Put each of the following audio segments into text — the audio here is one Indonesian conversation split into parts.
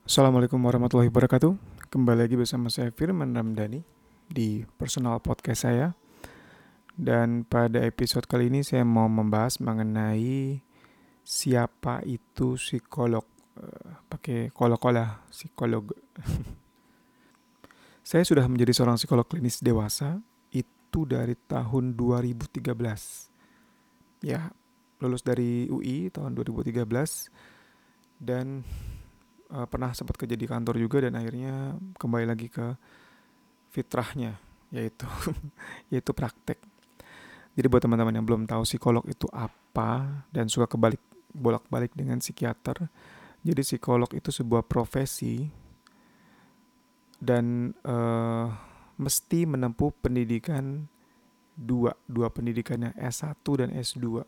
Assalamualaikum warahmatullahi wabarakatuh. Kembali lagi bersama saya Firman Ramdhani di personal podcast saya. Dan pada episode kali ini saya mau membahas mengenai siapa itu psikolog. Pakai kol-kolah psikolog. Saya sudah menjadi seorang psikolog klinis dewasa itu dari tahun 2013. Ya, lulus dari UI tahun 2013 dan pernah sempat kerja di kantor juga dan akhirnya kembali lagi ke fitrahnya, yaitu yaitu praktek. Jadi buat teman-teman yang belum tahu psikolog itu apa dan suka kebalik bolak-balik dengan psikiater, jadi psikolog itu sebuah profesi dan mesti menempuh pendidikan dua pendidikannya, S1 dan S2.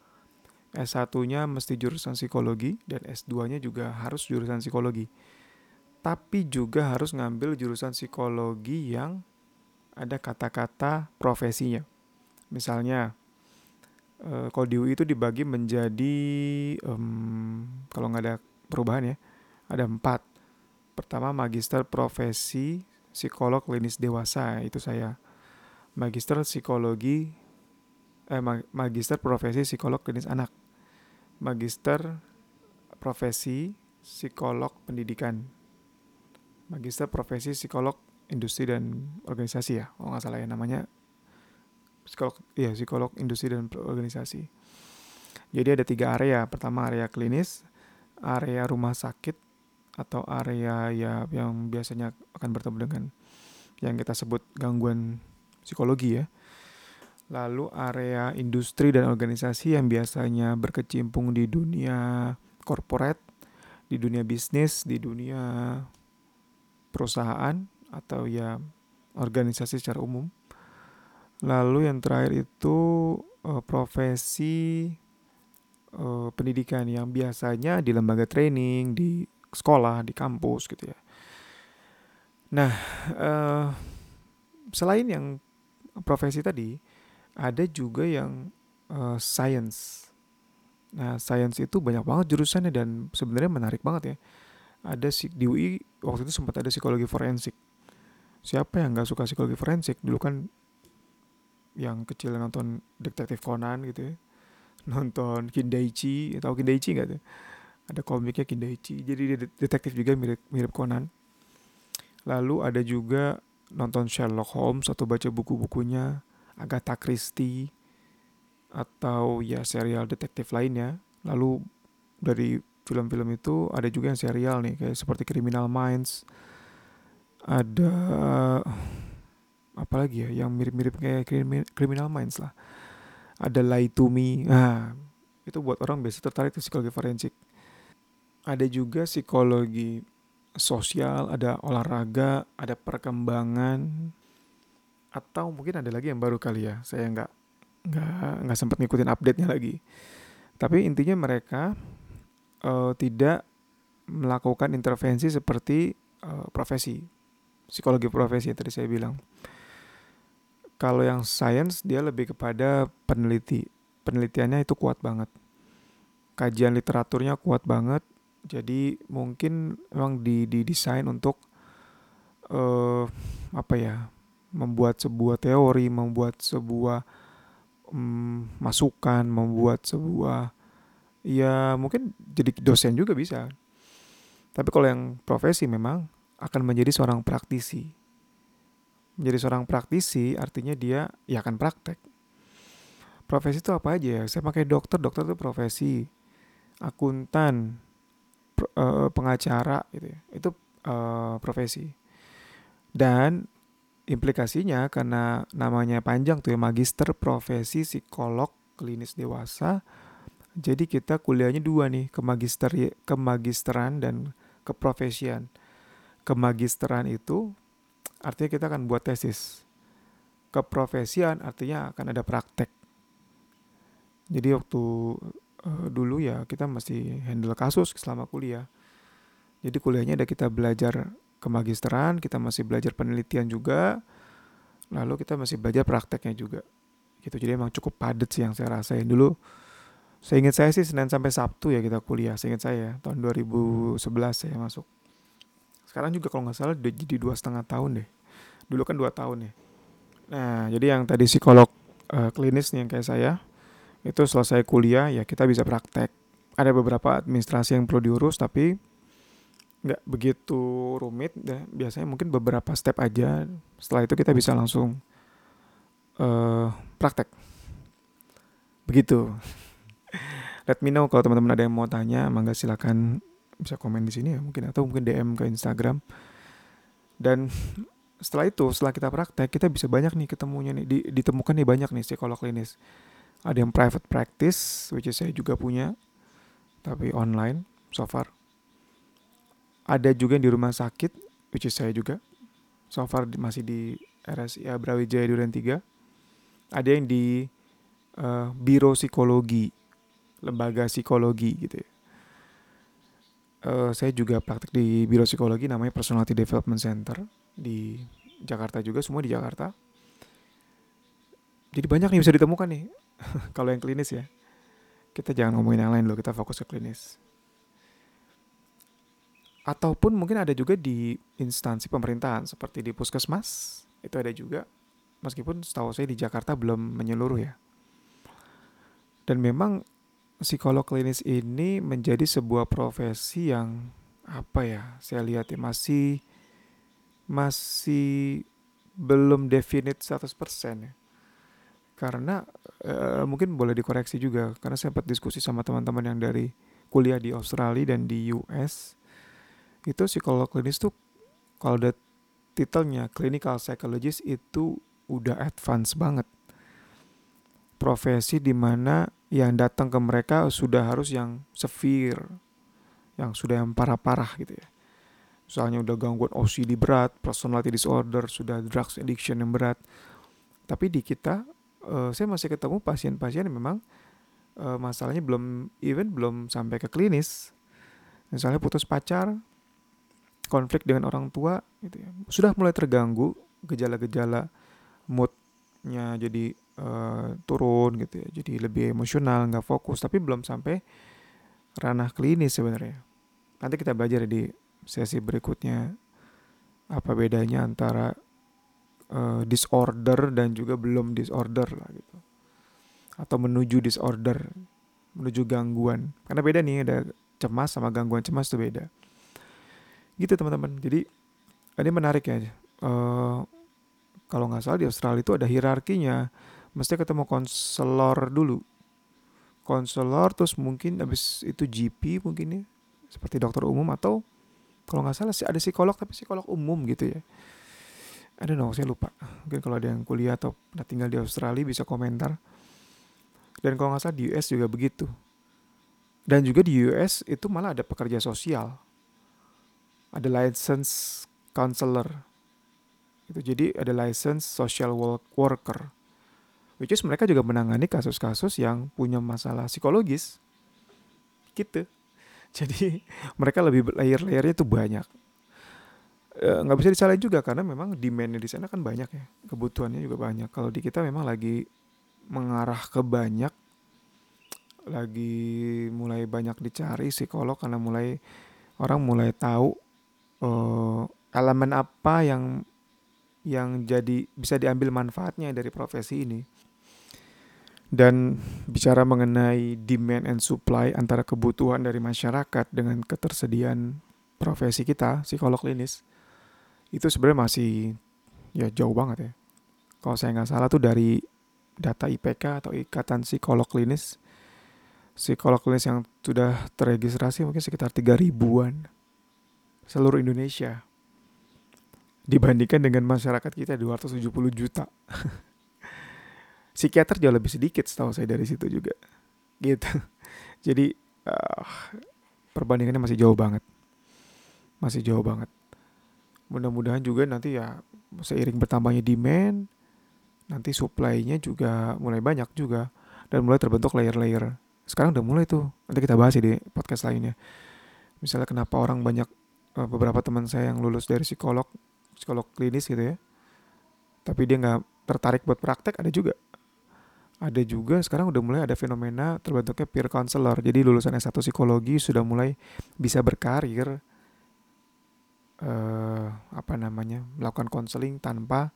S1-nya mesti jurusan psikologi dan S2-nya juga harus jurusan psikologi. Tapi juga harus ngambil jurusan psikologi yang ada kata-kata profesinya. Misalnya, kalau di UI itu dibagi menjadi, kalau nggak ada perubahan ya, ada 4. Pertama, magister profesi psikolog klinis dewasa, itu saya. Magister psikologi, magister profesi psikolog klinis anak. Magister profesi psikolog pendidikan. Magister profesi psikolog industri dan organisasi ya, kalau nggak salah ya namanya psikolog, iya psikolog industri dan organisasi. Jadi ada 3 area. Pertama area klinis, area rumah sakit atau area ya yang biasanya akan bertemu dengan yang kita sebut gangguan psikologi ya. Lalu area industri dan organisasi yang biasanya berkecimpung di dunia corporate, di dunia bisnis, di dunia perusahaan atau ya organisasi secara umum. Lalu yang terakhir itu profesi pendidikan yang biasanya di lembaga training, di sekolah, di kampus gitu ya. Nah, eh, selain yang profesi tadi, ada juga yang science. Nah, science itu banyak banget jurusannya dan sebenarnya menarik banget ya. Ada di UI waktu itu sempat ada psikologi forensik. Siapa yang nggak suka psikologi forensik? Dulu kan yang kecil nonton Detektif Conan gitu ya. Nonton Kindaichi, tahu Kindaichi nggak tuh? Ada komiknya Kindaichi. Jadi dia detektif juga mirip mirip Conan. Lalu ada juga nonton Sherlock Holmes atau baca buku-bukunya Agatha Christie atau ya serial detektif lainnya. Lalu dari film-film itu ada juga yang serial nih kayak seperti Criminal Minds. Ada apa lagi ya yang mirip-mirip kayak Criminal Minds lah. Ada Lie to Me. Nah, itu buat orang biasa tertarik ke psikologi forensik. Ada juga psikologi sosial, ada olahraga, ada perkembangan, atau mungkin ada lagi yang baru kali ya. Saya nggak sempat ngikutin update-nya lagi. Tapi intinya mereka tidak melakukan intervensi seperti profesi psikologi profesi yang tadi saya bilang. Kalau yang science dia lebih kepada penelitiannya itu kuat banget, kajian literaturnya kuat banget. Jadi mungkin memang didesain untuk eh, apa ya, membuat sebuah teori, membuat sebuah masukan, membuat sebuah ya mungkin jadi dosen juga bisa. Tapi kalau yang profesi memang akan menjadi seorang praktisi. Menjadi seorang praktisi artinya dia ya akan praktek. Profesi itu apa aja ya? Saya pakai dokter, dokter itu profesi. Akuntan, pengacara gitu ya. Itu profesi. Dan implikasinya karena namanya panjang tuh ya, magister profesi psikolog klinis dewasa. Jadi kita kuliahnya 2 nih, kemagisteran dan keprofesian. Kemagisteran itu artinya kita akan buat tesis. Keprofesian artinya akan ada praktek. Jadi waktu dulu ya kita masih handle kasus selama kuliah. Jadi kuliahnya ada kita belajar kemagisteran, kita masih belajar penelitian juga, lalu kita masih belajar prakteknya juga. Gitu. Jadi emang cukup padat sih yang saya rasain dulu. Saya ingat saya sih Senin sampai Sabtu ya kita kuliah. Saya ingat saya tahun 2011 saya masuk. Sekarang juga kalau nggak salah udah jadi 2,5 tahun deh. Dulu kan 2 tahun ya. Nah, jadi yang tadi psikolog klinis nih yang kayak saya, itu selesai kuliah ya kita bisa praktek. Ada beberapa administrasi yang perlu diurus tapi nggak begitu rumit. Biasanya mungkin beberapa step aja. Setelah itu kita bisa langsung praktek. Begitu. Let me know kalau teman-teman ada yang mau tanya, mangga silakan bisa komen di sini ya mungkin, atau mungkin DM ke Instagram. Dan setelah kita praktek, kita bisa banyak nih ketemunya nih, ditemukan nih banyak nih psikolog klinis. Ada yang private practice, which is saya juga punya, tapi online so far. Ada juga yang di rumah sakit, which is saya juga. So far masih di RSIA Brawijaya Duren 3. Ada yang di biro psikologi, lembaga psikologi gitu ya. Saya juga praktek di biro psikologi namanya Personality Development Center di Jakarta juga, semua di Jakarta. Jadi banyak nih bisa ditemukan nih. Kalau yang klinis ya. Kita jangan ngomongin yang lain dulu, kita fokus ke klinis. Ataupun mungkin ada juga di instansi pemerintahan seperti di puskesmas, itu ada juga. Meskipun setahu saya di Jakarta belum menyeluruh ya. Dan memang psikolog klinis ini menjadi sebuah profesi yang apa ya? Saya lihat ya masih belum definite 100% ya. Karena mungkin boleh dikoreksi juga karena saya sempat diskusi sama teman-teman yang dari kuliah di Australia dan di US. Itu psikolog klinis tuh kalau ada titelnya clinical psychologist itu udah advance banget. Profesi dimana yang datang ke mereka sudah harus yang severe, yang sudah yang parah-parah gitu ya. Misalnya udah gangguan OCD berat, personality disorder, sudah drugs addiction yang berat. Tapi di kita, saya masih ketemu pasien-pasien yang memang masalahnya belum sampai ke klinis. Misalnya putus pacar, konflik dengan orang tua, gitu ya. Sudah mulai terganggu, gejala-gejala moodnya jadi turun gitu ya, jadi lebih emosional, nggak fokus, tapi belum sampai ranah klinis sebenarnya. Nanti kita belajar di sesi berikutnya apa bedanya antara disorder dan juga belum disorder lah gitu, atau menuju disorder, menuju gangguan. Karena beda nih, ada cemas sama gangguan cemas itu beda. Gitu teman-teman. Jadi ini menarik ya. Kalau nggak salah di Australia itu ada hierarkinya. Mesti ketemu konselor dulu. Konselor terus mungkin habis itu GP mungkin ya. Seperti dokter umum, atau kalau nggak salah sih ada psikolog tapi psikolog umum gitu ya. I don't know, saya lupa. Mungkin kalau ada yang kuliah atau tinggal di Australia bisa komentar. Dan kalau nggak salah di US juga begitu. Dan juga di US itu malah ada pekerja sosial. Ada license counselor. Itu jadi ada license social worker. Which is mereka juga menangani kasus-kasus yang punya masalah psikologis. Gitu. Jadi mereka lebih layer-layernya itu banyak. Nggak bisa disalahin juga karena memang demandnya di sana kan banyak ya. Kebutuhannya juga banyak. Kalau di kita memang lagi mengarah ke banyak, lagi mulai banyak dicari psikolog karena orang mulai tahu uh, elemen apa yang jadi bisa diambil manfaatnya dari profesi ini. Dan bicara mengenai demand and supply antara kebutuhan dari masyarakat dengan ketersediaan profesi kita psikolog klinis, itu sebenarnya masih ya jauh banget ya. Kalau saya nggak salah tuh dari data IPK atau Ikatan psikolog klinis yang sudah terregistrasi mungkin sekitar 3.000-an seluruh Indonesia. Dibandingkan dengan masyarakat kita 270 juta. Psikiater jauh lebih sedikit setahu saya dari situ juga. Gitu. Jadi uh, perbandingannya masih jauh banget. Masih jauh banget. Mudah-mudahan juga nanti ya seiring bertambahnya demand, nanti supply-nya juga mulai banyak juga dan mulai terbentuk layer-layer. Sekarang udah mulai tuh. Nanti kita bahas ya di podcast lainnya. Misalnya kenapa orang banyak, beberapa teman saya yang lulus dari psikolog klinis gitu ya. Tapi dia nggak tertarik buat praktek, ada juga. Ada juga sekarang udah mulai ada fenomena terbentuknya peer counselor. Jadi lulusan S1 psikologi sudah mulai bisa berkarir melakukan konseling tanpa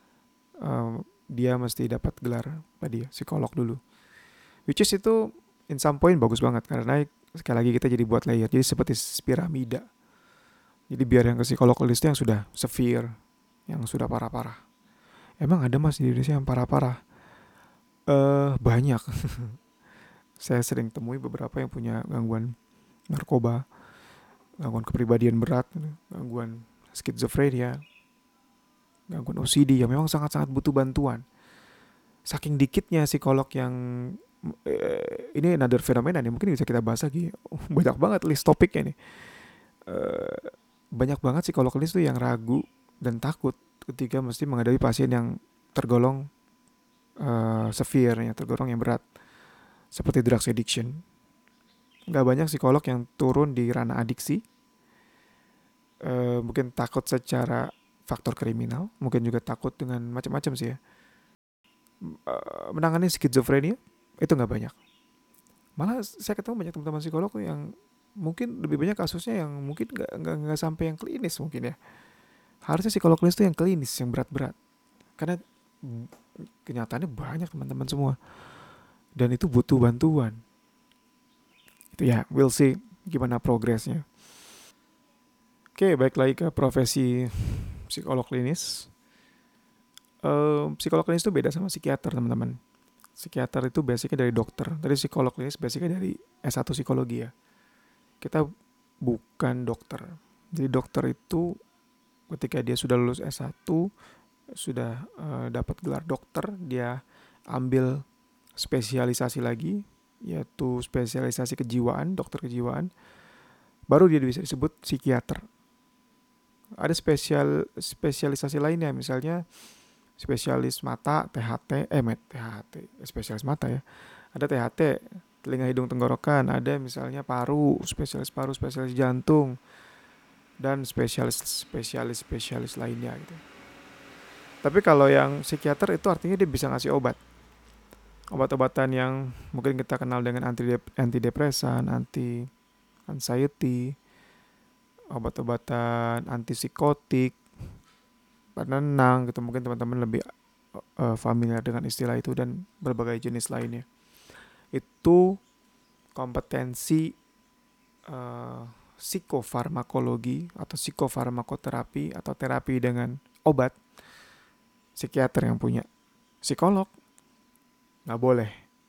dia mesti dapat gelar tadi ya, psikolog dulu. Which is itu in some point bagus banget karena sekali lagi kita jadi buat layer. Jadi seperti piramida. Jadi biar yang ke psikolog list yang sudah severe, yang sudah parah-parah. Emang ada mas di Indonesia yang parah-parah? Banyak. Saya sering temui beberapa yang punya gangguan narkoba, gangguan kepribadian berat, gangguan skizofrenia, gangguan OCD yang memang sangat-sangat butuh bantuan. Saking dikitnya psikolog yang ini another fenomena nih, mungkin bisa kita bahas lagi. Banyak banget list topiknya nih. Eh, Banyak banget psikolog klinis tuh yang ragu dan takut ketika mesti menghadapi pasien yang tergolong severe, yang tergolong yang berat, seperti drugs addiction. Gak banyak psikolog yang turun di ranah adiksi. Mungkin takut secara faktor kriminal, mungkin juga takut dengan macam-macam sih ya. Menangani skizofrenia itu nggak banyak. Malah saya ketemu banyak teman-teman psikolog yang mungkin lebih banyak kasusnya yang mungkin nggak sampai yang klinis mungkin ya. Harusnya psikolog klinis itu yang klinis, yang berat-berat. Karena kenyataannya banyak teman-teman semua dan itu butuh bantuan. Itu ya, we'll see gimana progresnya. Oke, balik lagi ke profesi psikolog klinis. Psikolog klinis itu beda sama psikiater, teman-teman. Psikiater itu basicnya dari dokter. Dari psikolog klinis basicnya dari S1 psikologi ya. Kita bukan dokter. Jadi dokter itu ketika dia sudah lulus S1, sudah dapat gelar dokter, dia ambil spesialisasi lagi, yaitu spesialisasi kejiwaan, dokter kejiwaan, baru dia bisa disebut psikiater. Ada spesialisasi lainnya, misalnya spesialis mata, THT, spesialis mata ya. Ada THT, telinga hidung tenggorokan, ada misalnya paru, spesialis jantung, dan spesialis lainnya gitu. Tapi kalau yang psikiater itu artinya dia bisa ngasih obat-obatan yang mungkin kita kenal dengan antidepresan, anti anxiety, obat-obatan antipsikotik, penenang gitu. Mungkin teman-teman lebih familiar dengan istilah itu dan berbagai jenis lainnya. Itu kompetensi psikofarmakologi atau psikofarmakoterapi atau terapi dengan obat, psikiater yang punya. Psikolog nggak boleh.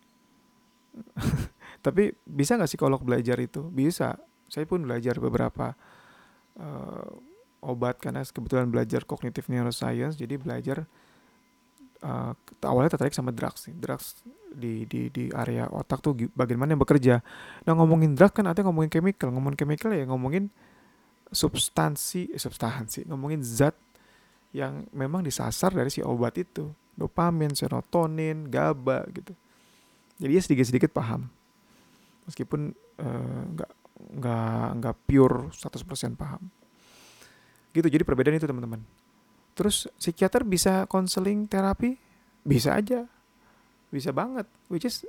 Tapi bisa nggak psikolog belajar itu? Bisa. Saya pun belajar beberapa uh, obat karena kebetulan belajar cognitive neuroscience, jadi belajar awalnya tertarik sama drugs nih. Drugs di area otak tuh bagian mana yang bekerja. Nah ngomongin drug kan artinya ngomongin chemical ya ngomongin substansi, ngomongin zat yang memang disasar dari si obat itu. Dopamin, serotonin, GABA gitu. Jadi ya sedikit-sedikit paham. Meskipun nggak nggak pure 100% paham. Gitu, jadi perbedaan itu teman-teman. Terus psikiater bisa konseling terapi? Bisa aja, bisa banget. Which is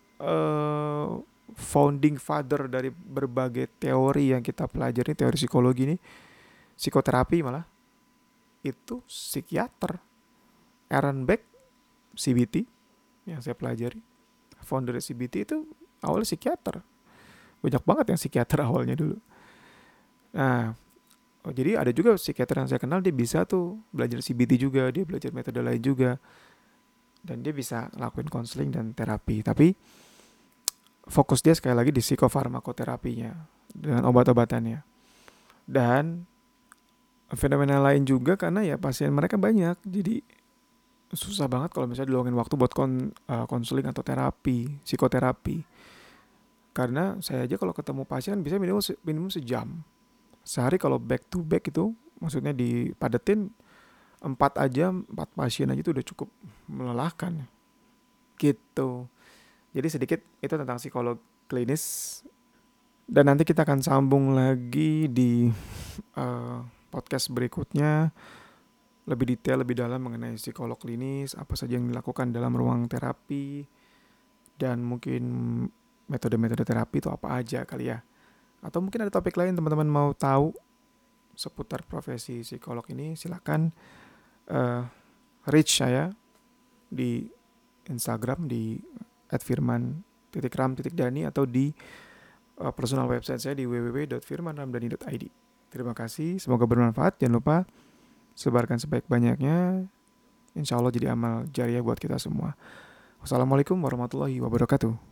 founding father dari berbagai teori yang kita pelajari, teori psikologi ini, psikoterapi malah, itu psikiater. Aaron Beck, CBT, yang saya pelajari. Founder CBT itu awalnya psikiater. Banyak banget yang psikiater awalnya dulu. Nah, jadi ada juga psikiater yang saya kenal, dia bisa tuh belajar CBT juga, dia belajar metode lain juga. Dan dia bisa lakuin konseling dan terapi. Tapi fokus dia sekali lagi di psikofarmakoterapinya dengan obat-obatannya. Dan fenomena lain juga karena ya pasien mereka banyak. Jadi susah banget kalau misalnya diluangin waktu buat konseling atau terapi, psikoterapi. Karena saya aja kalau ketemu pasien bisa minimum sejam. Sehari kalau back to back itu, maksudnya dipadetin 4 pasien aja itu udah cukup melelahkan. Gitu. Jadi sedikit itu tentang psikolog klinis. Dan nanti kita akan sambung lagi di podcast berikutnya. Lebih detail, lebih dalam mengenai psikolog klinis, apa saja yang dilakukan dalam ruang terapi, dan mungkin metode-metode terapi itu apa aja kali ya. Atau mungkin ada topik lain teman-teman mau tahu seputar profesi psikolog ini, silakan uh, reach saya di Instagram di @firman_ram_dani atau di personal website saya di www.firmanramdhani.id. Terima kasih, semoga bermanfaat. Jangan lupa sebarkan sebaik-banyaknya. Insya Allah jadi amal jariah buat kita semua. Wassalamualaikum warahmatullahi wabarakatuh.